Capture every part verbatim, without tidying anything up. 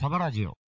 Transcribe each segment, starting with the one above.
サバラジオ。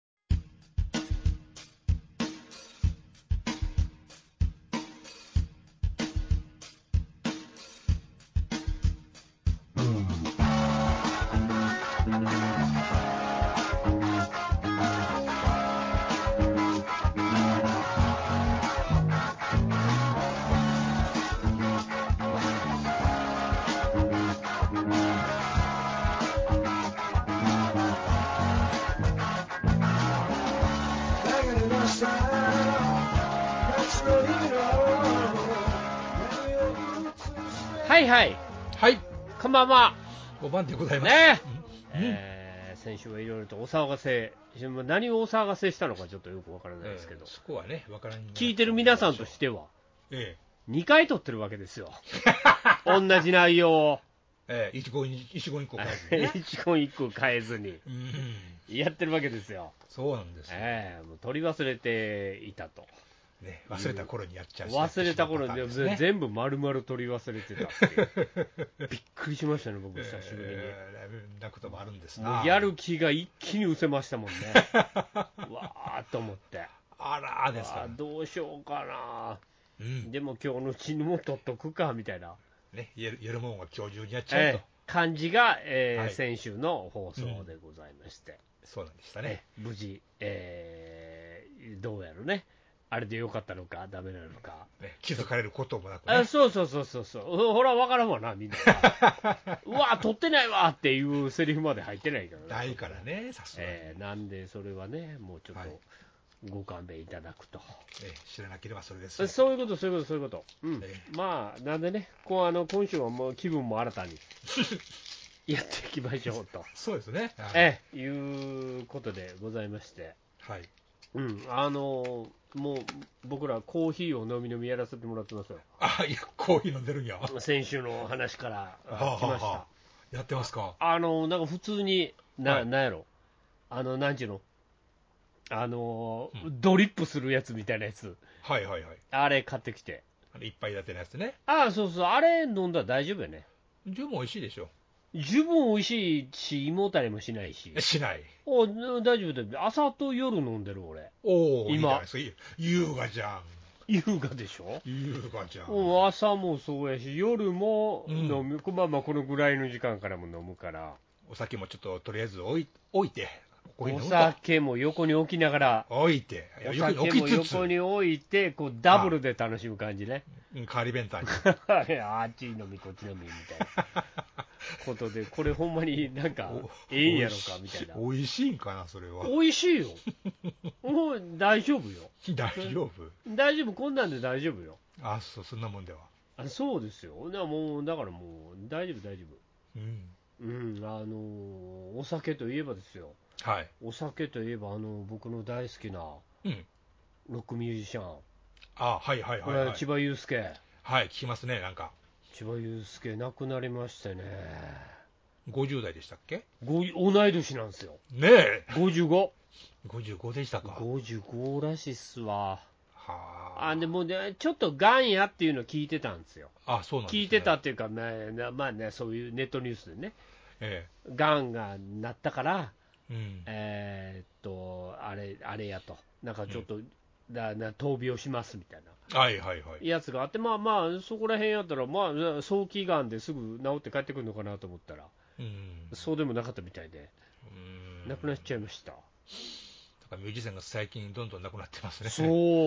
はいはい。 はい。 こんばんは。 ごばんでございます。 ねうん、 えー、先週はいろいろとお騒がせ、何をお騒がせしたのかちょっとよくわからないですけど、 えー、そこはね、わからない。 聞いてる皆さんとしては、 ええ、にかい撮ってるわけですよ。同じ内容を。 えー、一言一言一個変えずに、ね。 一言一個変えずに、 うん、 やってるわけですよ。 そうなんですよ。 えー、もう取り忘れていたと。 ね、忘れた頃にやっちゃうし、 忘れた頃に、 ね、 全部丸々取り忘れてたっていうびっくりしましたね、僕、久しぶりに。 えー、なこともあるんですな。 もうやる気が一気に失せましたもんね。わーっと思って。 あらーですか、ね。 どうしようかな、 うん、 でも今日のうちにも取っとくかみたいな、 ね、やる、やるもんは今日中にやっちゃうと、えー、 感じが、えーはい、 先週の放送でございまして、 うん、そうなんでしたね。 無事、えー、どうやらね、あれでよかったのか、ダメなのか、 ね、気づかれることもなくね。 あ、そうそうそうそうそう、ほら、分からんわな、みんな。うわ、取ってないわっていうセリフまで入ってないからね。 ないからね、さすがに。 えー、なんで、それはね、もうちょっと、はい、ご勘弁いただくと、 ええ、知らなければそれですよ。 そういうこと、そういうこと、そういうこと、うん、 ええ、 まあ、なんでね、こうあの今週はもう気分も新たにやっていきましょうと、 そうですね、はい、 ええ、いうことでございまして、 はい、 うん、あのもう僕らコーヒーを飲み飲みやらせてもらってますよ。 あ、いや、コーヒー飲んでるんや。 先週の話から来ました。はあはあはあ、 やってますか。 あのなんか普通にな、はい、なんやろ、あのなんちゅうの。あのーうん、ドリップするやつみたいなやつ、 はいはいはい、 あれ買ってきて、 あれいっぱい立てのやつね。 ああ、そうそう、あれ飲んだら大丈夫やね。 十分美味しいでしょ。 十分美味しいし、胃もたれもしないし。 しない。 お、大丈夫だよ。朝と夜飲んでる俺。 おお、今いいじゃないですか。優雅じゃん。 優雅でしょ。 優雅じゃん。 お、朝もそうやし、夜も飲む、うん、まあまあこのぐらいの時間からも飲むから。 お酒もちょっととりあえず置い置いて。 お酒も横に置きながら置いて、 お酒も横に置いて、こうダブルで楽しむ感じね。 代わり弁当にあっち飲みこっち飲みみたいなことで、これほんまになんかええんやろかみたいな。 おいしいんかな、それは。 おいしいよ。もう大丈夫よ。 大丈夫大丈夫、こんなんで大丈夫よ。 あ、そう、そんなもんでは。 あ、そうですよ。だからもう、だからもう大丈夫大丈夫。 うん、 うん、あのお酒といえばですよ。 はい、 お酒といえば、あの僕の大好きなロックミュージシャン、 あ、はいはいはい、はい、 千葉雄介、 はい、聞きますね、なんか千葉雄介亡くなりましてね。 ごじゅう代でしたっけ。 同い年なんですよねえ。 ごじゅうご。 ごじゅうごでしたか。 ごじゅうごらしいっすわ。 はあ。でもね、ちょっとがんやっていうの聞いてたんですよ。 あ、そうなんですね。 聞いてたっていうか、まあ、まあね、そういうネットニュースでね、 ええ、 がんがなったから、 うん、 えー、っとあれあれやと、なんかちょっと、うん、だな闘病しますみたいな、 はいはいはい、 やつがあって、まあまあそこら辺やったら、まあ早期がんですぐ治って帰ってくるのかなと思ったら、うん、そうでもなかったみたいで、うん、亡くなっちゃいました。 だからミュージシャンが最近どんどん亡くなってますね。 そう、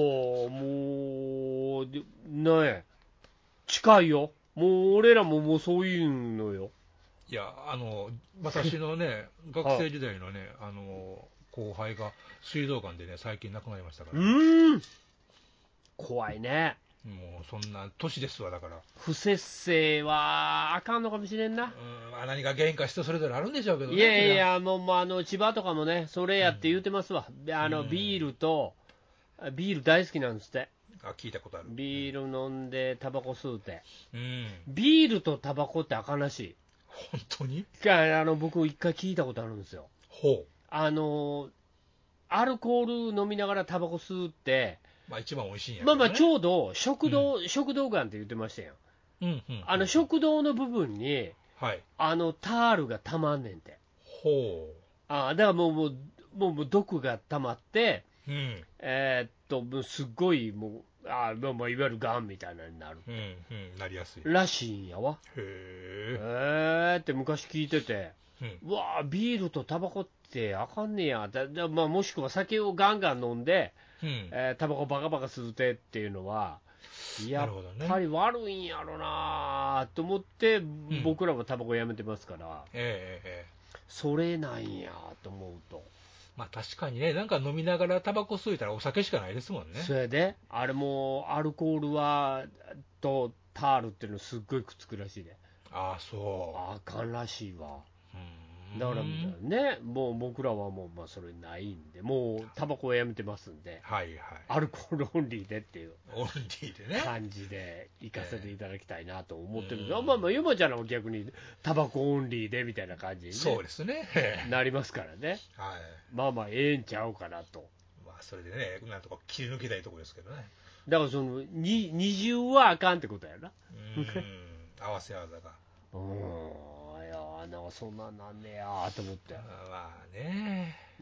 もうね、近いよ。もう俺らももうそういうのよ。 いや、あの私のね学生時代のね、あの後輩が膵臓がんでね、最近亡くなりましたから、ね、 うーん、怖いね。 もうそんな年ですわ。だから不摂生はあかんのかもしれんな。 うん、何が原因か人それぞれあるんでしょうけどね。 いやいや、もう、もうあの千葉とかもね、それやって言うてますわ、うん、あのビールと、ビール大好きなんですって。 あ、聞いたことある。 ビール飲んでタバコ吸うて、 うん、 ビールとタバコってあかんらしい。 本当に？ あの僕一回聞いたことあるんですよ。 ほう。 あのアルコール飲みながらタバコ吸って、 まあ一番美味しいんやけど、 ね、 まあまあちょうど食道、うん、食道がんって言ってましたやん。 うんうんうん、 あの食道の部分に、 はい、 あのタールがたまんねんて。 ほう。 あだからもう、もうもうもう毒が溜まって、 うん、 えー、っともうすっごいもうあ、まあ、まあいわゆるがんみたいなのになる、 うんうん、なりやすいらしいんやわ。 へえーって昔聞いてて、 うん、 うわあビールとタバコってあかんねやだだ、まあ、もしくは酒をガンガン飲んで、 うん、 えータバコバカバカ吸うてっていうのはやっぱり悪いんやろなと思って、 ね、 僕らはタバコやめてますから、うん、 えーえー、 それなんやと思うと、 まあ確かにね、なんか飲みながらタバコ吸いたらお酒しかないですもんね。 それであれもアルコールはとタールっていうのすっごいくっつくらしいで、 ああ、そあかんらしいわ。 う。 だからね、もう僕らはもうまあそれないんで、もうタバコはやめてますんで、 はいはい。 アルコールオンリーでっていうオンリーでね。 感じで行かせていただきたいなと思ってるけど、 えーまあまあ、ゆまちゃんは逆にタバコオンリーでみたいな感じに、ね、 そうですね。 なりますからね、 はい。 まあまあ、ええんちゃうかなと。 まあそれでね、なんとか切り抜けたいところですけどね。 だからそのに二重はあかんってことやな。 うん、合わせ技が。 うん、いやなんかそんなんなんねやと思って。 まあね。 うん、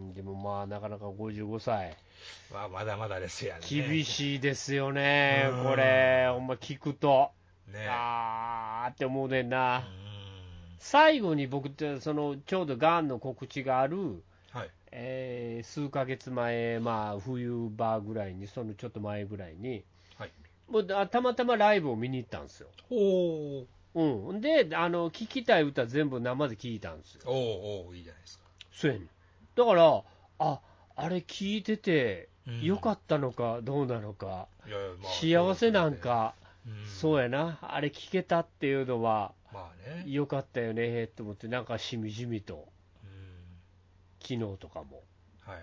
でもまあ、なかなかごじゅうごさい。 まあまだまだですよね。 厳しいですよね、これ、ほんま聞くと、 ね、 あーって思うねんな。 うん最後に僕って、そのちょうどがんの告知がある、 はいえー数ヶ月前、まあ、冬場ぐらいに、そのちょっと前ぐらいに、 はい、 もうたまたまライブを見に行ったんですよ。 おうん、であの、聴きたい歌全部生で聴いたんですよ。 おおいいじゃないですか。 そうやねん。だから、ああれ聴いててうんよかったのかどうなのか、 いやいやまあ幸せなんか、 そそうやな、あれ聴けたっていうのは、 まあね、 よかったよねと思って、なんかしみじみと、 うん昨日とかも、 はい、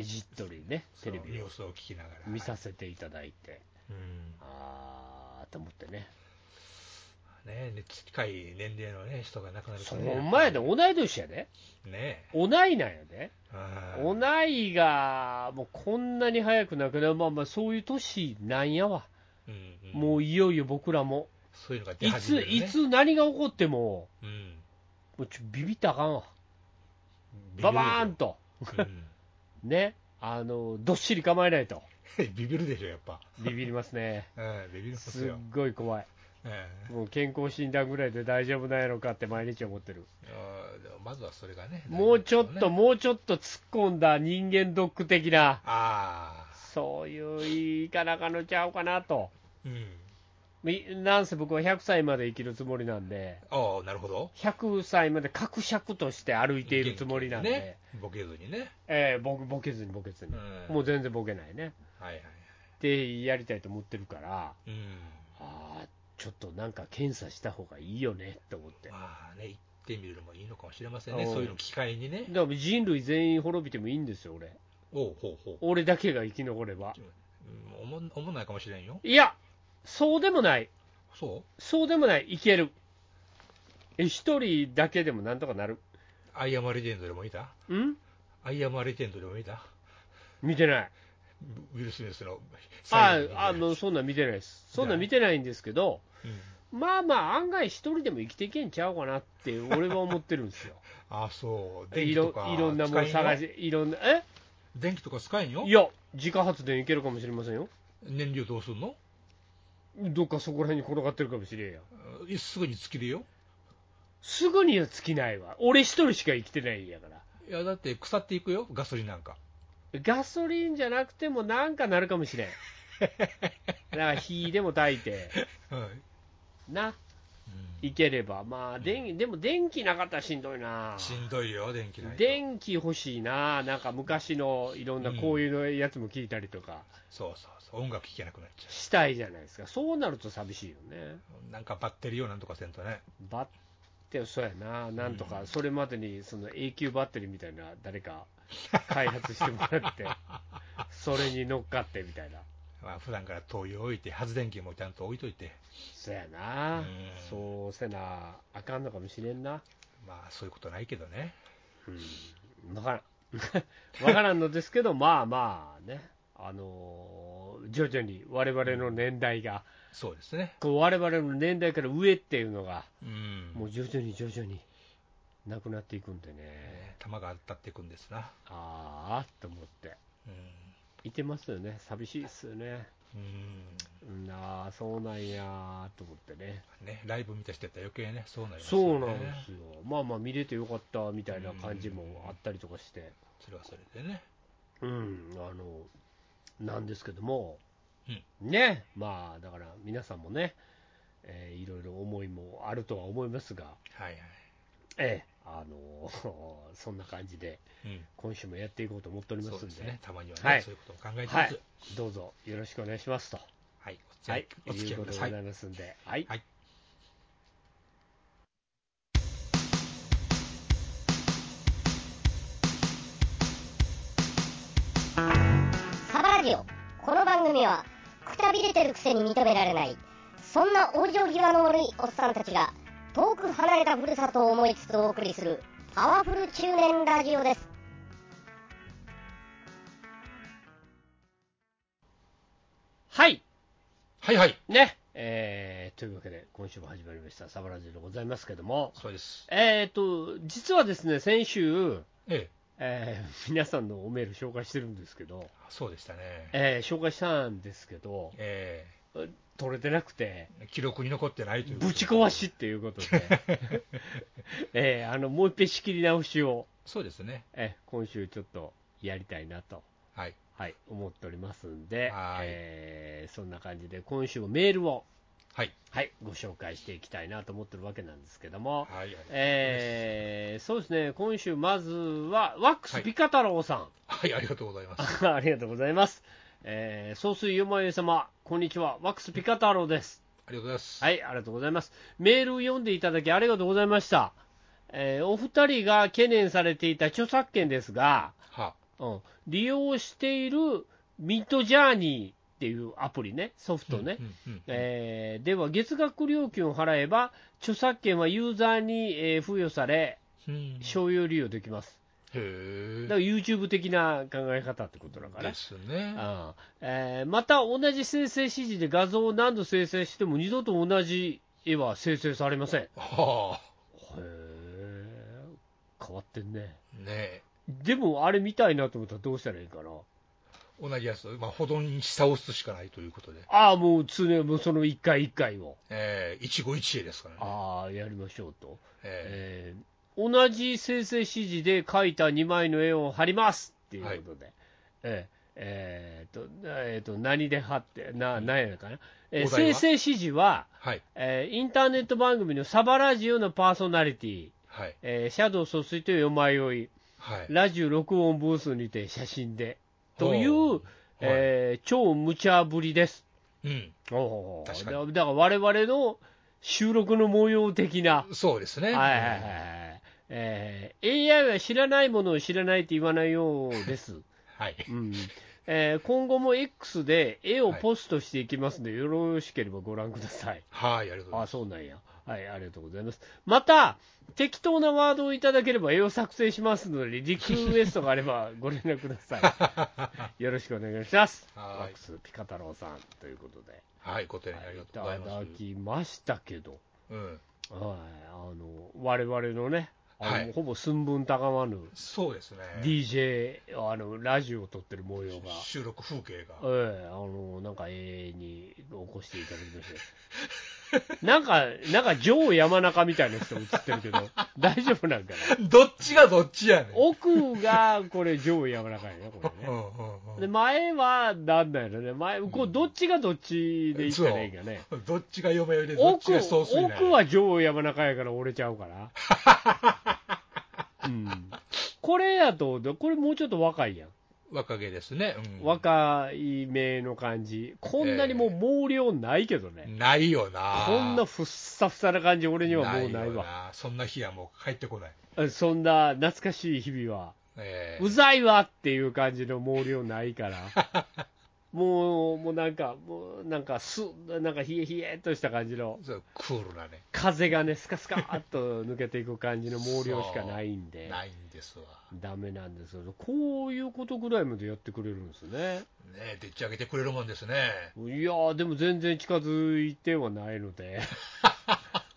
いじっとりね、テレビをニュースを聞きながら見させていただいて、 うんあーと思ってね、 ね、近い年齢の、ね、人が亡くなるとそね、 の前で同い年やで、 ね同いなんやで、同いがもうこんなに早く亡くなる、まあまあそういう年なんやわ、 うんうん、 もういよいよ僕らも、 そういうのが出いつ始める、ね、 いつ何が起こっても、 うん、 もうちょビビったらあかんわ、 ビビるでしょババーンと、 うん、 ね、あのどっしり構えないと、 ビビるでしょ、やっぱ、 ビビりますね、 えー、ビビりますすっよ、 ごい怖い、 えー、 もう健康診断ぐらいで大丈夫なんやろかって毎日思ってる。 あでもまずはそれがね、 もうちょっと、 ね、 もうちょっと突っ込んだ人間ドック的な、 あそういう言いかなかのちゃうかなと。 うん、 なんせ僕はひゃくさいまで生きるつもりなんで、 あなるほど、 ひゃくさいまで格尺として歩いているつもりなんで、 ね、ボケずにね、 えー、ボボケずにボケずに、 うん、 もう全然ボケないね。 はいはいはい。 で、やりたいと思ってるから、 うん、 あちょっとなんか検査した方がいいよねと思って。 まあね、行ってみるのもいいのかもしれませんね、そういうの機会にね。 だから人類全員滅びてもいいんですよ、俺。 おうほうほう。 俺だけが生き残れば。 うん、おも、おもんないかもしれんよ。 いや、そうでもない。 そうそうでもない。いける。え、一人だけでもなんとかなる。 アイアムレジェンドでも見たんアイアムレジェンドでも見た見てない。 ウィル・スミスのあ最後のあ、もうそんなん見てないです。そんなん見てないんですけど、 うん、 まあまあ、案外一人でも生きていけんちゃうかなって、俺は思ってるんですよ。 ああ、そう。 いろ電気とかいろんなもん探し、いろんな、え電気とか使えんよいや、自家発電いけるかもしれませんよ。 燃料どうすんのどっかそこら辺に転がってるかもしれんや。 すぐに尽きるよ。 すぐには尽きないわ。俺一人しか生きてないんやから。 いや、だって腐っていくよ、ガソリンなんか。 ガソリンじゃなくてもなんかなるかもしれん。だから火でも焚いて、 はい、 な、 うん、 いければ。まあ、電気、でも電気なかったらしんどいな。 しんどいよ、電気ないと。 電気欲しいな。なんか昔のいろんなこういうのやつも聞いたりとか、 うん、そうそうそう、音楽聴けなくなっちゃう。 したいじゃないですか。そうなると寂しいよね。 なんかバッテリーをなんとかせんとね。 バッテそうやな。なんとか、それまでにその永久バッテリーみたいな誰か開発してもらってそれに乗っかってみたいな、 まあ普段から灯油置いて発電機もちゃんと置いといて、 そうやな、 うん、 そうせなあかんのかもしれんな。 まあそういうことないけどね、 うん、分からん分からんのですけど、まあまあね、あのー、徐々に我々の年代が、 うん、そうですね、 こう我々の年代から上っていうのが、 うん、 もう徐々に徐々になくなっていくんでね、 ね、玉が当たっていくんですな。 ああと思って、うん、いてますよね。寂しいですよね。うん、ああそうなんやと思ってね。 ね、ライブ見たしてたら余計ね、そうなりますよね。 よね。 そうなんですよ。まあまあ見れてよかったみたいな感じもあったりとかして、 それはそれでね。 うん、あのなんですけども、 うん、 ね、まあだから皆さんもね、えー、いろいろ思いもあるとは思いますが、 はいはい、 ええ、あのそんな感じで、うん、今週もやっていこうと思っておりますんで、そうですね、 たまにはね、 はい、 そういうことを考えてます、はい、 どうぞよろしくお願いしますと、 はい、お付き合い、はい、お付き合いください。 いうことでございますんで、はい。はい、 サバラジオ、この番組はくたびれてるくせに認められない、そんな往生際の悪いおっさんたちが遠く離れたふるさとを思いつつお送りするパワフル中年ラジオです。 はい、 はいはいね、えー、というわけで今週も始まりましたサバラジオでございますけども、 そうです。 えーと実はですね、先週、 えええー、皆さんのおメール紹介してるんですけど、 そうでしたね、 えー、紹介したんですけど、 えー、取れてなくて記録に残ってないというぶち壊しっていうことで、えー、あのもう一遍仕切り直しを、 そうですね、 えー、今週ちょっとやりたいなと、 はいはい、思っておりますんで、 はい、 えー、そんな感じで今週もメールを、 はいはい、ご紹介していきたいなと思ってるわけなんですけども、 はい、 えー、そうですね、今週まずはワックスピカ太郎さん、はい、 はい、ありがとうございます。 ありがとうございます。えー、総帥よまゆ様、こんにちは、ワックスピカ太郎です。 ありがとうございます。 はい、ありがとうございます。メールを読んでいただきありがとうございました。えー、お二人が懸念されていた著作権ですが、 はうん、利用しているミッドジャーニーっていうアプリね、ソフトね、えー、では月額料金を払えば著作権はユーザーに、えー、付与され、うん、商用利用できます。へだから YouTube 的な考え方ってことだからですね。 ああ、えー、また同じ生成指示で画像を何度生成しても二度と同じ絵は生成されません。はあ、へえ、変わってんね。ねでもあれ見たいなと思ったらどうしたらいいかな。 同じやつ、まあ、保存し倒すしかないということで。 ああ、もう常もうその一回一回を。 ええー、一期一会ですからね。 ああ、やりましょうと。えー、えー、同じ生成指示で描いたにまいの絵を貼りますっていうことで。はい、えーえー、とえー、と何で貼って、な何やるかな、えー、生成指示は、はいえー、インターネット番組のサバラジオのパーソナリティ、はいえー、シャドウ疎水とよまよい、はい、ラジオ録音ブースにて写真でという、えー、超無茶ぶりです。うん、お確かにだから我々の収録の模様的な。 そうですね。 はいはいはい、えー、エーアイ は知らないものを知らないと言わないようです。はいうんえー、今後も X で絵をポストしていきますので、はい、よろしければご覧ください。 はい、ありがとうございます。 あ、そうなんや。はい、ありがとうございます。また、適当なワードをいただければ絵を作成しますので、リクエストがあればご連絡ください。よろしくお願いします。ワックスピカ太郎さんということで。 はい、ご丁寧にありがとうございます。 いただきましたけど、うん、はい、あの我々のね、あのはい、ほぼ寸分たがわぬ、 そうですね、 ディージェー、あのラジオを撮ってる模様が、 収録風景が、 ええ、あのなんか永遠に起こしていただきまして、なんか、なんか、ジョー山中みたいな人映ってるけど、大丈夫なんかな。 どっちがどっちやねん。 奥が、これ、ジョー山中やね、これね。で、前は、なんだよね。前、こう、どっちがどっちでいったらいいかね。 どっちが嫁よりで、どっちが総帥なんや。奥はジョー山中やから折れちゃうから。うん。これやと、これもうちょっと若いやん。 若気ですね、 うん、若い目の感じ、こんなにもう毛量ないけどね、 えー、ないよな、 こんなふっさふさな感じ、俺にはもうないわ、 ないそんな日はもう帰ってこない、そんな懐かしい日々は、えー、うざいわっていう感じの毛量ないから、もう、もうなんか、もうなんかす、なんか冷え冷えっとした感じの、 そうクールなね、 風がね、スカスカっと抜けていく感じの毛量しかないんで、 ないんですわ。 ダメなんですよ。こういうことぐらいまでやってくれるんですね。 ねえ、でっち上げてくれるもんですね。 いやー、でも全然近づいてはないので。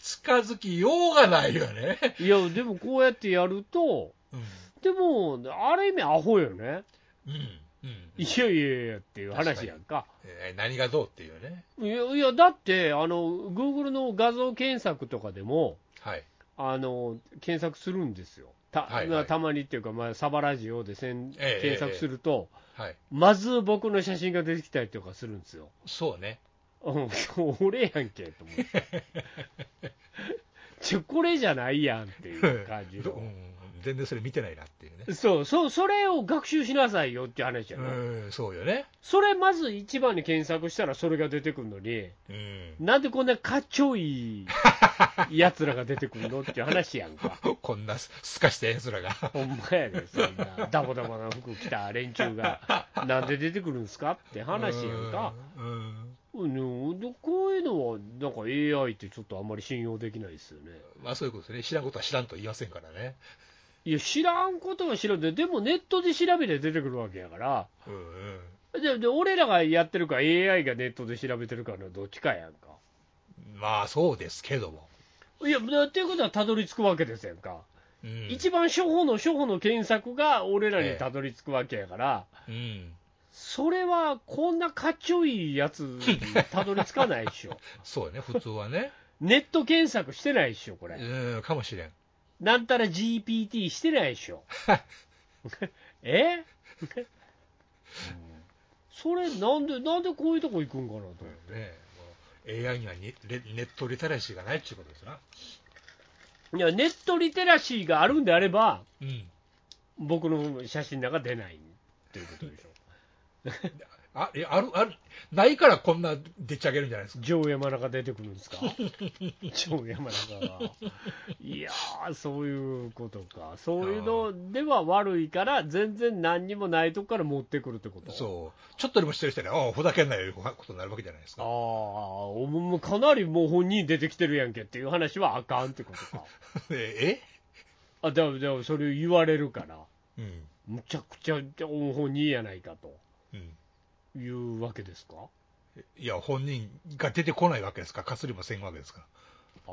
近づきようがないよね。 いや、でもこうやってやると、 うん、 でも、ある意味アホよね。 うん、うん。 いやいやいやっていう話やんか。 えー、何がどうっていうね。 いや、いやだって、あの、Google の画像検索とかでも、 はい。 あの、検索するんですよ。た、 はいはい、 たまにっていうか、まあ、サバラジオでせん、 えー、 検索すると、 えーはい、 まず僕の写真が出てきたりとかするんですよ。 そうね。 うん、俺やんけ、と思って。ちょ、これじゃないやんっていう感じの。 うん、全然それ見てないなっていうね。 そうそう、それを学習しなさいよっていう話やろ。 うん、そうよね。 それまず一番に検索したらそれが出てくるのに、 うん、 なんでこんなかっちょいいやつらが出てくるのっていう話やんか。 こんなすかしたやつらが。 ほんまやで、そんなダボダボな服着た連中が、なんで出てくるんですかって話やんか。 うんうんうん、でこういうのは、なんか エーアイ ってちょっとあんまり信用できないですよね。 まあそういうことですね。知らんことは知らんと言いませんからね。 いや、知らんことは知らんで、でもネットで調べて出てくるわけやから、 うんうん、でで俺らがやってるか、エーアイ がネットで調べてるかのどっちかやんか。 まあそうですけども。 いや、っていうことはたどり着くわけですやんか。 うん、 一番初歩の初歩の検索が俺らにたどり着くわけやから、 ええ、うんそれはこんなかっちょいいやつにたどり着かないでしょ。 そうね、普通はね。 ネット検索してないでしょ、これ。 うん、かもしれん。 なんたら ジーピーティー してないでしょ。え、うん、それなんで、なんでこういうとこ行くんかなと思って。 ね、もう エーアイ にはネネットリテラシーがないっていうことですな。 いや、ネットリテラシーがあるんであれば、 うん、 僕の写真なんか出ないっていうことでしょ。 あえあるあるないからこんなでっち上げるんじゃないですか。 城山中出てくるんですか。城山中が。いやー、そういうことか。そういうのでは悪いから、全然何にもないとこから持ってくるってこと。 そう、ちょっとでもしてる人に、ああ、ふざけんなよいうことになるわけじゃないですか。 ああ、もうかなりもう本人出てきてるやんけっていう話はあかんってことか。 えあ、でも、でもそれ言われるから、 うん、 むちゃくちゃ本人やないかと。 うんいうわけですか。 いや、本人が出てこないわけですから、かすりもせんわけですから。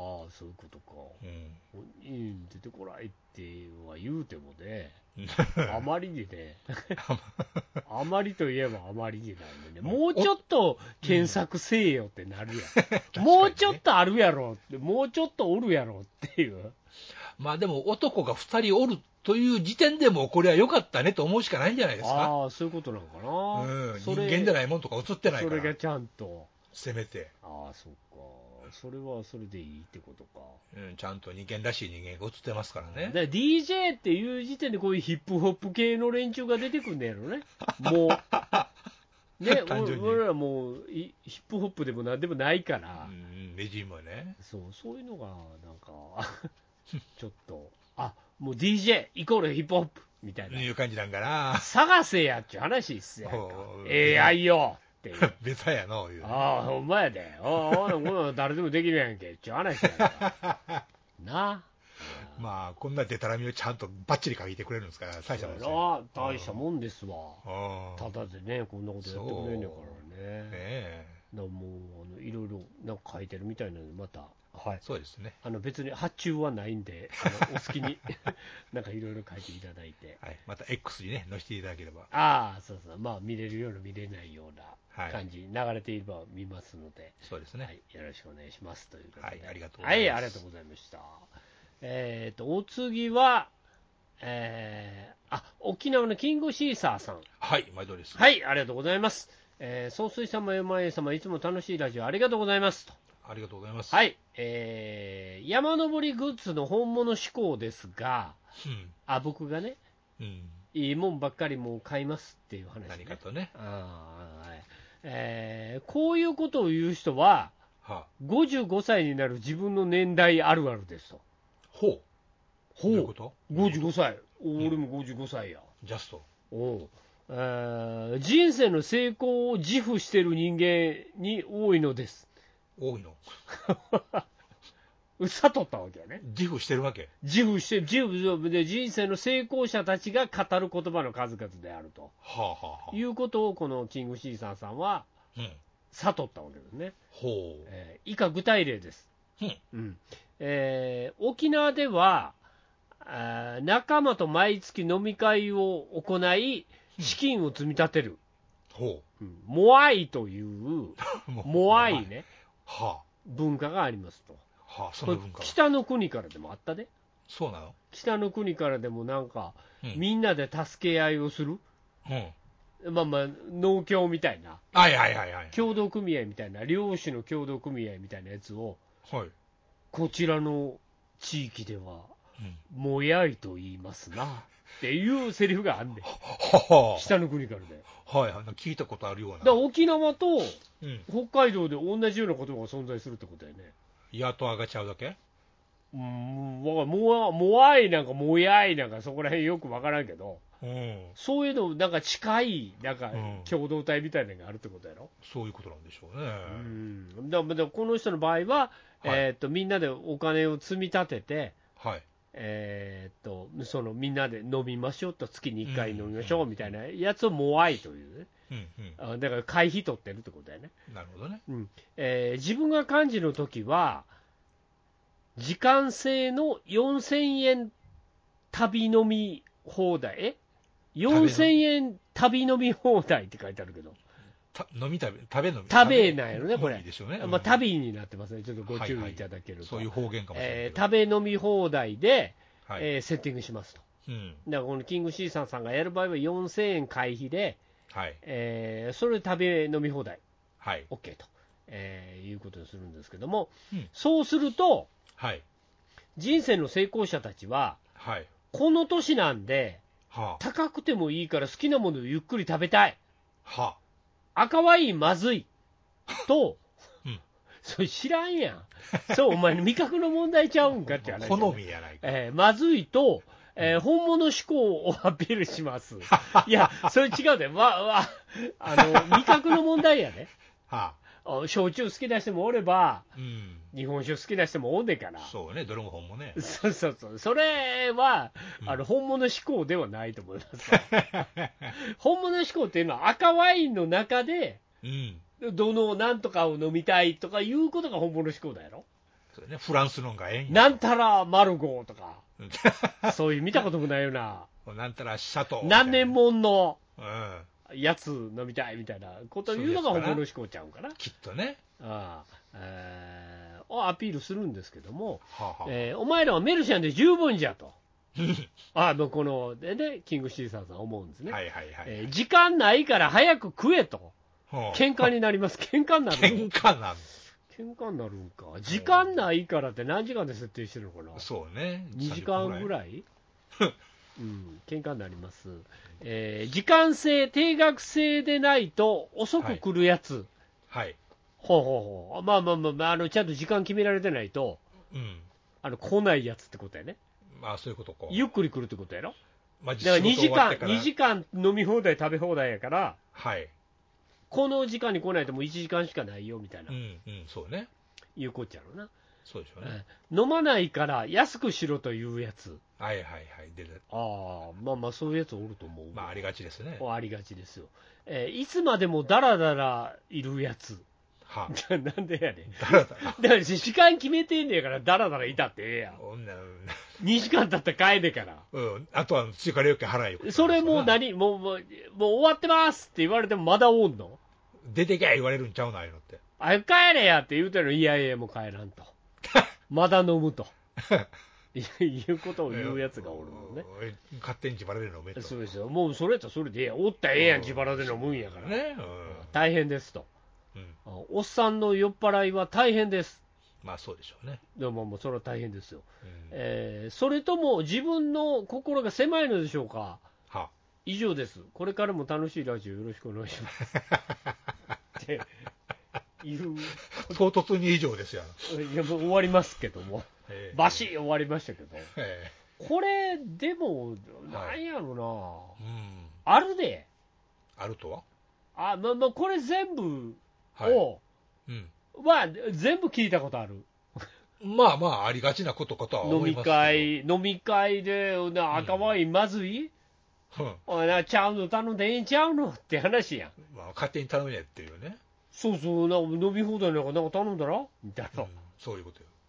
ああ、そういうことか。 うん、 本人出てこないっては言うてもね、あまりにね、あまりといえばあまりになんでね、もうちょっと検索せえよってなるやん。もうちょっとあるやろって、もうちょっとおるやろっていう。 まあでも、男がふたりおるという時点でも、これは良かったねと思うしかないんじゃないですか。 ああ、そういうことなのかな。 うん、人間じゃないもんとか映ってないから。 それがちゃんと。 せめて。 ああ、そっか。それはそれでいいってことか。 うん、ちゃんと人間らしい人間が映ってますからね。 で ディージェー っていう時点でこういうヒップホップ系の連中が出てくるんだやろね。もう。ね、俺らもうヒップホップでもなんでもないから。 うん、レジもね。 そう、そういうのがなんかちょっと、あ、もう ディージェー イコールヒップホップみたいな。 いう感じなんかな。 探せやっちゅう話っすやんか。エーアイ よっていう。 ベタやの言う、ね。 ああ、ほんまやで。ああ、こんなの誰でもできるやんけっちゅう話やんか。な。 まあ、こんなデタラミをちゃんとバッチリ書いてくれるんですから、大したもんですよ。大したもんですわ。 あただでね、こんなことやってくれんねんからね。 ねえ。 だからもうあのいろいろなんか書いてるみたいなので、また、はい、 そうですね。 あの別に発注はないんで、あのお好きになんかいろいろ書いていただいて、 はい、また X にね、載せていただければ。 ああ、そうそう、まあ見れるような、見れないような感じ、 はい、 流れていれば見ますので、 そうですね、 はい、よろしくお願いしますということで、 はい、ありがとうございます。 はい、ありがとうございました。えーと、お次は、えー、あ、沖縄のキングシーサーさん。 はい、毎度です。 はい、ありがとうございます。えー、総帥様、山江様、いつも楽しいラジオありがとうございますと。 ありがとうございます。 はい、えー、山登りグッズの本物志向ですが、 うん、 あ、僕がね、 うん、 いいもんばっかりもう買いますっていう話、ね、 何かとね。 あ、はい、えー、こういうことを言う人は、はごじゅうごさいになる自分の年代あるあるですと。 ほう。 ほう。 どういうこと？ ごじゅうごさい。俺もごじゅうごさいや。 ジャスト。 おう。えー、人生の成功を自負している人間に多いのです。 多いの悟ったわけやね。 自負してるわけ。 自負して、自負で人生の成功者たちが語る言葉の数々であると。 はあはあはあ、 いうことをこのキングシーサーさんは、 うん、 悟ったわけですね。 ほう。 えー、以下具体例です。 うんうんえー沖縄ではあ仲間と毎月飲み会を行い資金を積み立てる、 ほうん、モアイというう。もうモアイねは文化がありますと。 あ、はあ、そこれの文化が。 北の国からでもあったで。 そうなの？ 北の国からでもなんか、 うん。 みんなで助け合いをする、 うん。 まあまあ農協みたいなはいはいはいはい。 協同組合みたいな漁師の協同組合みたいなやつをはい。 こちらの地域ではうん。 もやいと言いますなっていうセリフがあんねん。 は北の国からで。 あ。はいはい。聞いたことあるような。 だから沖縄とうん。 北海道で同じような言葉が存在するってことだよね。 やっと上がっちゃうだけ？ うーん、わかんももあいなんかもやいなんかそこら辺よくわからんけど、 うん。 そういうのなんか近いなんかうん共同体みたいなのがあるってことやろ。 そういうことなんでしょうね。 うん。だからだからこの人の場合は、 はいえーっとみんなでお金を積み立てて、 はい。 えーっとそのみんなで飲みましょうと、月にいっかい飲みましうんょうみたいなやつをモアイというね。 うんあだから会費取ってるってことだよね。 うん。なるほどね。 うんえー自分が幹事の時は時間制のよんせんえん旅飲み放題えよんせんえん旅飲み放題って書いてあるけど、 た飲み食べ、食べ飲み。 食べなんやろねこれいいでしょうね。 まあ、 うん旅になってますね。ちょっとご注意いただけると、 そういう方言かもしれないえけど。 ー食べ飲み放題で、 はい。 えーセッティングしますと。 うん。 だからこのキングシーサーさんがやる場合はよんせんえん会費で、 はい。 えーそれで食べ飲み放題はい。 OK と、えーいうことにするんですけども、 うんそうするとはい。 人生の成功者たちははい。 この年なんでは高くてもいいから好きなものをゆっくり食べたい、 あ。は赤ワインまずいと、 うんそれ知らんやん、そうお前の味覚の問題ちゃうんかってあ。 話、 好みやないか。 えーまずいと、えー本物志向をアピールしますいやそれ違うで、わわあの味覚の問題やね。 はあ焼酎好きな人もおればあ。うん。 日本酒好きな人もおんねんから、 そうね。どれも本もね。 そうそうそう、それは、 うんあの本物志向ではないと思います本物志向っていうのは赤ワインの中でうん。 どのなんとかを飲みたいとかいうことが本物志向だよ。 そうね。フランスのがええんや。 なんたらマルゴーとかうんそういう見たこともないようななんたらシャトー。 何年もんのうん。 やつ飲みたいみたいなことを言うのが本物志向ちゃうんかな。 きっとね。 ああえーをアピールするんですけども、 はあ、はあ。 えーお前らはメルシャンで十分じゃと、 うんあのこのでね、キングシーサーさん思うんですね、 はいはいはい。 えー時間ないから早く食えと、 はあ喧嘩になります、喧嘩になる喧嘩なん喧嘩になるんか、時間ないからって何時間で設定してるのかな、 そうね。 にじかんぐい。 らい、うん、喧嘩になります、えー時間制、定額制でないと遅く来るやつ、 はい。 ほうほうほう、まあまあまあまあ、あのちゃんと時間決められてないと、 うん。 あの来ないやつってことやね、 まあそういうことか。 ゆっくり来るってことやろ。 まあ、 だからにじかん、にじかかん飲み放題、食べ放題やから、 はい。 この時間に来ないともういちじかんしかないよみたいな、 うんうん、そうね。 いうこっちゃろな、 そうでしょうね。 えー飲まないから安くしろというやつ、 はいはいはい。で、 ああ、まあまあ、そういうやつおると思う、 まあありがちですね。 ありがちですよ、えーいつまでもだらだらいるやつ、 はなんでやねん、 だらだら。 だから時間決めてんねやから、だらだらいたってええやん、 おんなにじかん経ったら帰れから。 うん。あとは追加料金払えよ。 それもう何もう、もう、もう終わってますって言われてもまだおんの、 出てけ言われるんちゃうのああいうのって。 あ帰れやって言うてるの、いやいや、もう帰らんと、まだ飲むということを言うやつがおるのね。 うん。勝手に自腹で飲めと。 そうですよ、もうそれやったらそれでええやん、おったらええやん、自腹で飲むんやから、 ね。 大変ですと、 うん。うん。 あおっさんの酔っ払いは大変です、 まあそうでしょうね。 でももうそれは大変ですよ、 うん。 えーそれとも自分の心が狭いのでしょうか。 は以上です。これからも楽しいラジオよろしくお願いしますっていう唐突に以上ですよ。 いやもう終わりますけども、 ええバシッ終わりましたけど、 えこれでもなんやろな、 えうん。 あるで、 あるとはあまあまあこれ全部はい。 を、 うん。 は全部聞いたことある。 まあまあ、ありがちなことかとは飲み思いますけど。 会飲み会でな赤ワインまずい、 うん。 おいなちゃうの頼んでええんちゃうのって話やん。 まあ、勝手に頼めっていうね。 そうそうな飲み放題なんかなんか頼んだらみたいな、 うん。そういうことよ。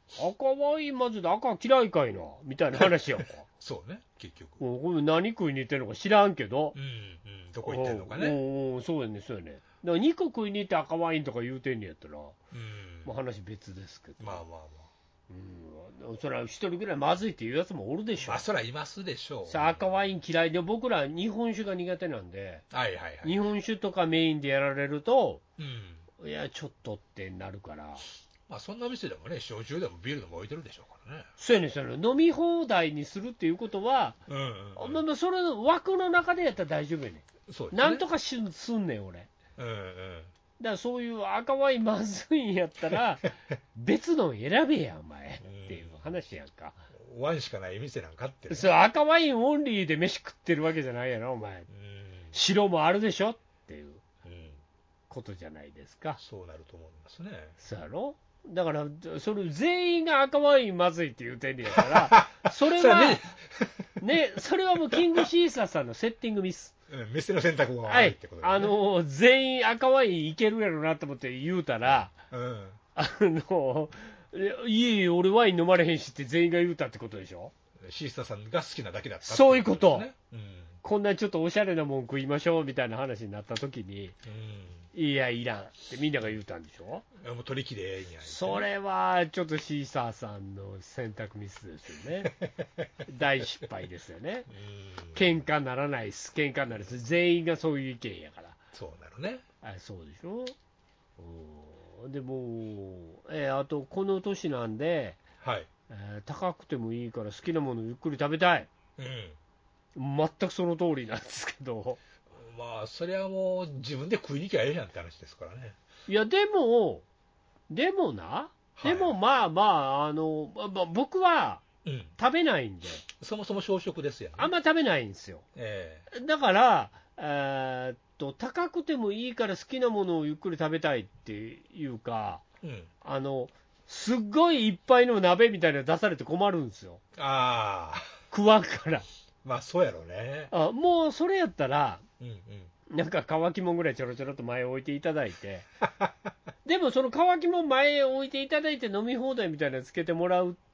赤ワインまずで赤嫌いかいなみたいな話やんか。 そうね、結局。 もうこれ何食いに行ってんのか知らんけど、 うんうん、どこ行ってんのかね。 うんうん、そうやね、そうやね。だから肉食いに行って赤ワインとか言うてんねやったら、 うん、 まあ、話別ですけど、 まあまあまあ、 うん、それは一人ぐらいまずいっていうやつもおるでしょ。 まあそりゃいますでしょう。 さあ赤ワイン嫌いで、僕ら日本酒が苦手なんで、 はいはいはい、 日本酒とかメインでやられると、 うん、 いやちょっとってなるから。 まあそんな店でもね、焼酎でもビールでも置いてるでしょうからね。 そうやね、それ飲み放題にするっていうことは、 うんうんうん、 まあまあそれの枠の中でやったら大丈夫やね。 そうですね、 なんとかしすんねん俺。 うんうん、 だからそういう赤ワインまずいんやったら別の選べやお前っていう話やんか。 ワインしかない店なんかって、ね、 そう赤ワインオンリーで飯食ってるわけじゃないやろお前、うん、白もあるでしょっていうことじゃないですか。 そうなると思いますね。 そうやろ。だからそれ全員が赤ワインまずいって言うてんねやからそれはね、ね、それはもうキングシーサーさんのセッティングミス、うん、 店の選択が悪いってことですね、 はい、あの全員赤ワインいけるやろなと思って言うたら、うん、あのいえいえ俺ワイン飲まれへんしって全員が言うたってことでしょ。 シーサーさんが好きなだけだったって、 ね、そういうこと、 うん、 こんなちょっとおしゃれなもん食いましょうみたいな話になった時に、うん、いやいらんってみんなが言うたんでしょ。 いやもう取り切れええんや、ね、 それはちょっとシーサーさんの選択ミスですよね大失敗ですよね。喧嘩ならないです、喧嘩になるです、全員がそういう意見やから。 そうなるね。 あそうでしょ。でも、えー、あとこの年なんで、 はい、 えー、高くてもいいから好きなものゆっくり食べたい、うん、全くその通りなんですけど、 まあそれはもう自分で食いに行きゃええやんって話ですからね。 いやでもでもな、はい、でもまあまああの、まあ、僕は食べないんで、 うん、そもそも小食ですよね。 あんま食べないんですよ、えー、だから、えー、っと高くてもいいから好きなものをゆっくり食べたいっていうか、うん、あのすっごいいっぱいの鍋みたいなの出されて困るんですよ。ああ食わんから。 まあそうやろうね。 あもうそれやったら、うんうん、なんか乾きもんぐらいちょろちょろっと前置いていただいてでもその乾きもん前置いていただいて飲み放題みたいなのつけてもらうって、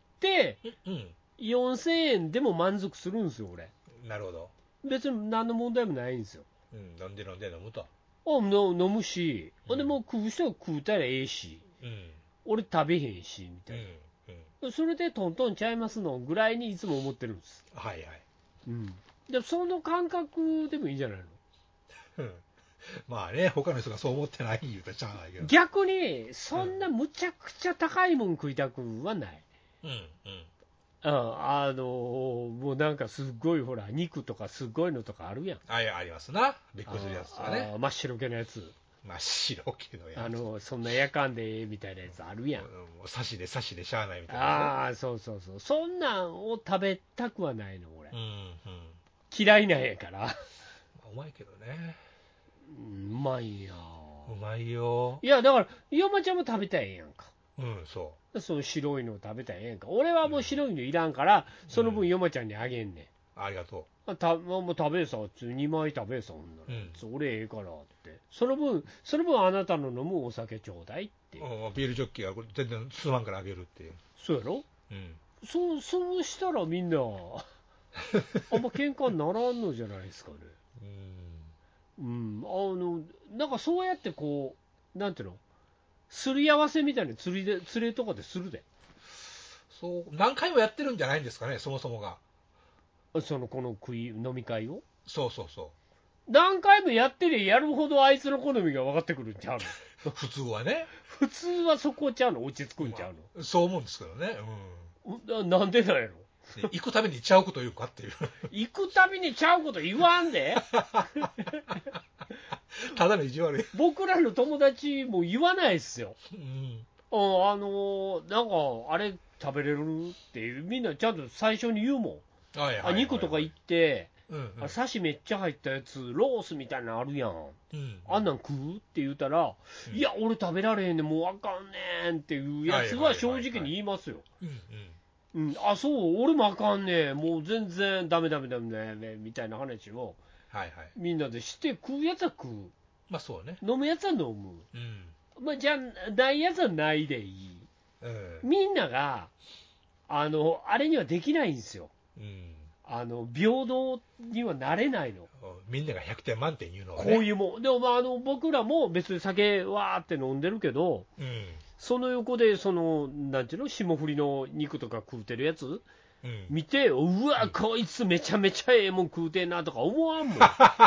うん、よんせんえんでも満足するんですよ俺。 なるほど。 別に何の問題もないんですよ。 うん、飲んで飲んで飲むと。 あの飲むし、うん、でも食う人は食うたらええし、うん、俺食べへんしみたいな、うんうん、それでトントンちゃいますのぐらいにいつも思ってるんです。はいはい、うん、でその感覚でもいいんじゃないのまあね、他の人がそう思ってない言うたらしゃあないけど、 逆にそんなむちゃくちゃ高いもん食いたくはない、うんうん、あのもうなんかすごいほら肉とかすごいのとかあるやん。 あ、いやありますな、びっくりするやつとかね、 あ真っ白系のやつ、 真っ白系のやつ、 あのそんなやかんでみたいなやつあるやん、うん、 もう刺しで刺しでしゃあないみたいな、ね、 ああそうそうそう、そんなんを食べたくはないの俺、うんうん、嫌いなんやからうまいけどね、 うまいよ、 うまいよ。 いやだから山ちゃんも食べたいやんか、 うん、そう。 その白いの食べたいやんか。俺はもう白いのいらんから、うん、その分山ちゃんにあげんねん。 ありがとう。たもう食べさ、にまい食べさ、ほんなら、うん、俺ええからって。その分、その分あなたの飲むお酒ちょうだいっていう。 うん、ビールジョッキが全然すまんからあげるっていう。 そうやろ、うん、そうそうしたらみんな、あんま喧嘩にならんのじゃないですかね。うん。うん。あの、なんかそうやってこう、なんていうのすり合わせみたいな釣りで釣れとかでするで。 そう何回もやってるんじゃないんですかね、そもそもが。 そのこの食い飲み会を。 そうそうそう。 何回もやってりゃやるほどあいつの好みが分かってくるんちゃうの。 普通はね。 普通はそこちゃうの、落ち着くんちゃうの。 まあ、そう思うんですけどね。 うん。なんでなんやろ。 行くたびにちゃうこと言うかっていう。 行くたびにちゃうこと言わんで。 ただの意地悪い。 僕らの友達も言わないっすよ。うん、あのー、なんかあれ食べれるっていうみんなちゃんと最初に言うもん。はいはいはいはい、あ肉とか行って、うんうん、あ刺しめっちゃ入ったやつロースみたいなのあるやん。うんうん、あんなん食うって言うたら、うん、いや俺食べられへんねんもうあかんねんっていうやつは正直に言いますよ。うん、あそう俺もあかんねんもう全然ダメダメダメダメみたいな話を。はいはい、みんなでして食うやつは食う、 まあそうね、 飲むやつは飲む、うん、まあ、じゃあないやつはないでいい、 えー、 みんながあのあれにはできないんですよ、 うん、 あの平等にはなれないの、 みんながひゃくてん満点言うのは、ね、 こういうもんでも、まあ、あの僕らも別に酒わーって飲んでるけど、 うん、 その横でそのなんていうの霜降りの肉とか食うてるやつ、うん、見て、うわ、うん、こいつめちゃめちゃええもん食うてんなとか思わんもん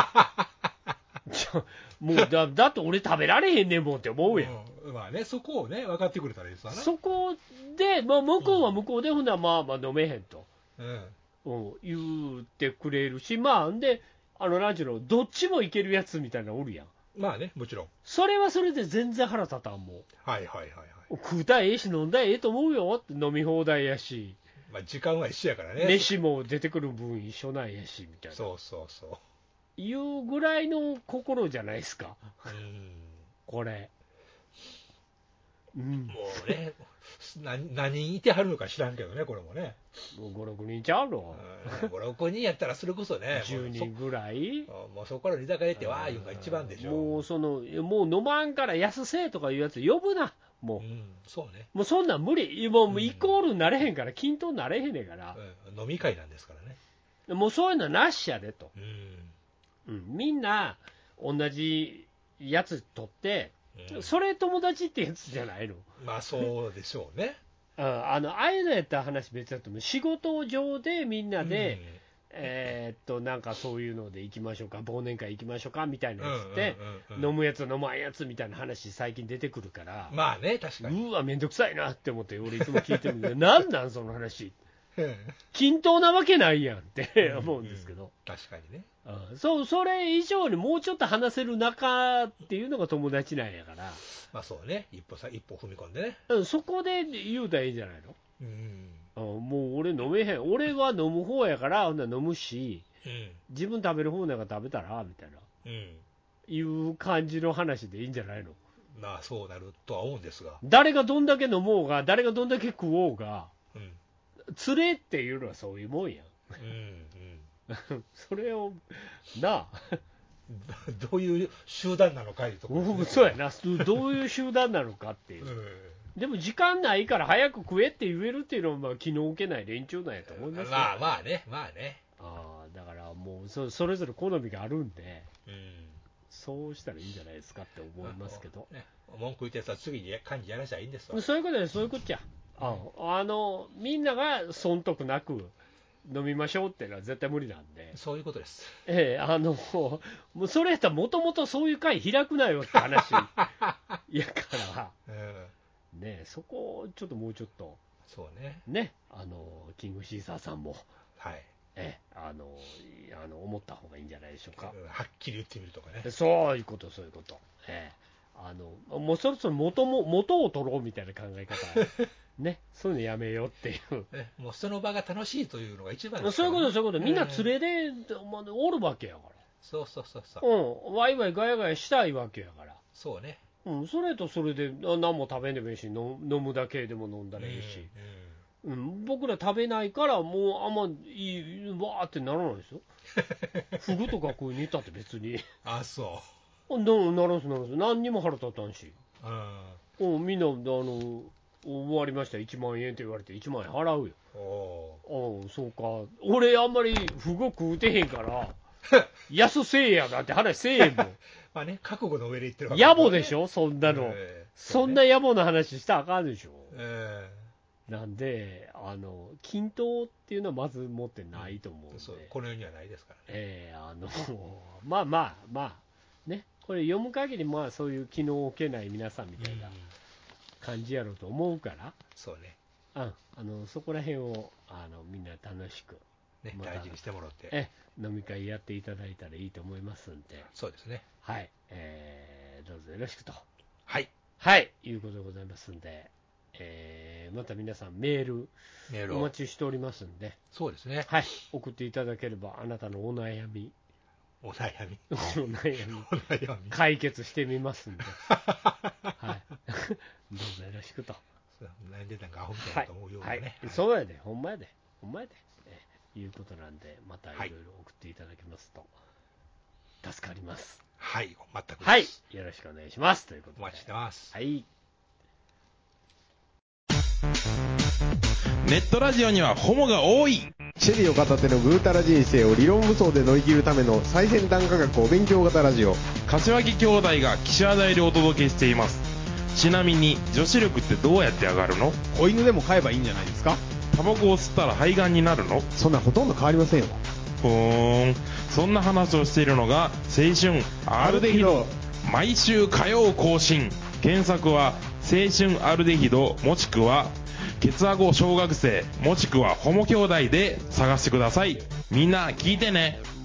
もう だ, だって俺食べられへんねんもんって思うやん、 うん、まあね、そこをね分かってくれたらいいですわな。 そこで、まあ、向こうは向こうで、うん、ほんならまあまあ飲めへんと、 うんうん、言ってくれるし、まあであのなんちゅうのどっちもいけるやつみたいなのおるやん。 まあね、もちろんそれはそれで全然腹立たんもん。 はいはいはいはい。 食うたらええし飲んだらええと思うよって飲み放題やし、 まあ時間は一緒やからね。 飯も出てくる分一緒なんやしみたいな。 そうそうそう。 いうぐらいの心じゃないですか。 うん。 これ。うん。 もうね、何何人いてはるのか知らんけどね、これもね。 もうご、ろくにんちゃうの、 うん、ご、ろくにんやったらそれこそね、 じゅうにんぐらいもうそこから居酒屋行ってわーいうのが一番でしょ。 もうその、もう飲まんから安せえとかいうやつ呼ぶな、もう。 うん、そうね。 もうそんなん無理。もうイコールになれへんから、均等になれへんねんから、 うん。飲み会なんですからね。 もうそういうのはなしやでと。 うん。 うん、みんな同じやつ取って、うん、それ友達ってやつじゃないの。 まあそうでしょうね。 うん、あのああいうのやったら話別だと思う。仕事上でみんなで、うん、えー、っとなんかそういうので行きましょうか、忘年会行きましょうかみたいなやつって、うんうんうんうん、飲むやつ飲まんやつみたいな話最近出てくるから、 まあね、確かに。 うわめんどくさいなって思って俺いつも聞いてるんでなんなんその話均等なわけないやんって思うんですけど、 うんうん、確かにね、 うん、そうそれ以上にもうちょっと話せる仲っていうのが友達なんやから、 まあそうね、一歩さ一歩踏み込んでね、 うん、そこで言うたらいいんじゃないの、 うんうん、もう俺飲めへん、俺は飲む方やからほんなら飲むし、うん、自分食べる方やから食べたらみたいな、うん、いう感じの話でいいんじゃないの。 まあそうなるとは思うんですが、誰がどんだけ飲もうが誰がどんだけ食おうが、うん、連れっていうのはそういうもんやん、うんうん、それをなあどういう集団なのかいうところ、 ね、そうやな、どういう集団なのかっていう、うん、でも時間ないから早く食えって言えるっていうのはまあ気の置けない連中なんやと思いますよ。 まあまあね、まあね、 あだからもう そ, それぞれ好みがあるんで、うん、そうしたらいいんじゃないですかって思いますけど、 ね、文句言ってやつは次に幹事やらしゃいいんですわ。 そういうことでそういうことじゃ、ああのみんなが損得なく飲みましょうっていうのは絶対無理なんで。 そういうことです。 ええあのもうそれやったらもともとそういう会開くなよって話やから、うん、ねそこをちょっともうちょっとそうねねあのキングシーサーさんもはいえあのあの思った方がいいんじゃないでしょうか。 はっきり言ってみるとかね。 そういうことそういうこと。ええあのもうそろそろ元も元を取ろうみたいな考え方ね、そういうのやめようっていう、 えもうその場が楽しいというのが一番ですから、ね、そういうことそういうこと、みんな連れで、まあ、おるわけやから、 そうそうそうそう、 うん、ワイワイガヤガヤしたいわけやから、 そうね、 うん、それとそれで何も食べんでもいいし、飲むだけでも飲んだらいいし、うんうん、僕ら食べないから、もうあんまいいわーってならないですよ、フグとか食いに行ったって別に、 あそうなならんすならんす、何にも腹立たんし、うん、みんなあの終わりましたいちまんえんって言われていちまんえん払うよ。おああそうか、俺あんまりフグ食うてへんから安せえやなって話せえへんもんまあね、覚悟の上で言ってるわけ、ね、野暮でしょそんなの、えー そ, ね、そんな野暮な話したらあかんでしょ、えー、なんであの均等っていうのはまず持ってないと思うんで、うん、 そうこの世にはないですからね、 えー、あのまあまあまあね、これ読む限りまあそういう気の置けない皆さんみたいな、うん感じやろうと思うから、 そうね、 ああのそこら辺をあのみんな楽しく、 ねま、大事にしてもらってえ飲み会やっていただいたらいいと思いますんで、 そうですね、 はい、えー、どうぞよろしくと、 はいはいいうことでございますんで、えー、また皆さんメールメールお待ちしておりますんで、 そうですね、 はい、送っていただければあなたのお悩みお悩みお悩みお悩み解決してみますんではいどうぞよろしくと。 悩んでたんかアホみたいなと思うようなね、はいはい、そうやでほんまやでほんまやで、えいうことなんでまたいろいろ送っていただけますと助かります。 はい、全くです。 はい、よろしくお願いしますということでお待ちしてます。 はい。 ネットラジオにはホモが多い。 シェリーを片手のぐうたら人生を理論武装で乗り切るための最先端科学お勉強型ラジオ。 柏木兄弟が岸和田よりお届けしています。ちなみに女子力ってどうやって上がるの？ 子犬でも飼えばいいんじゃないですか？ タバコを吸ったら肺がんになるの？ そんなほとんど変わりませんよ。 ふーん、そんな話をしているのが青春アルデヒド。毎週火曜更新。検索は青春アルデヒドもしくはケツアゴ小学生もしくはホモ兄弟で探してください。みんな聞いてね。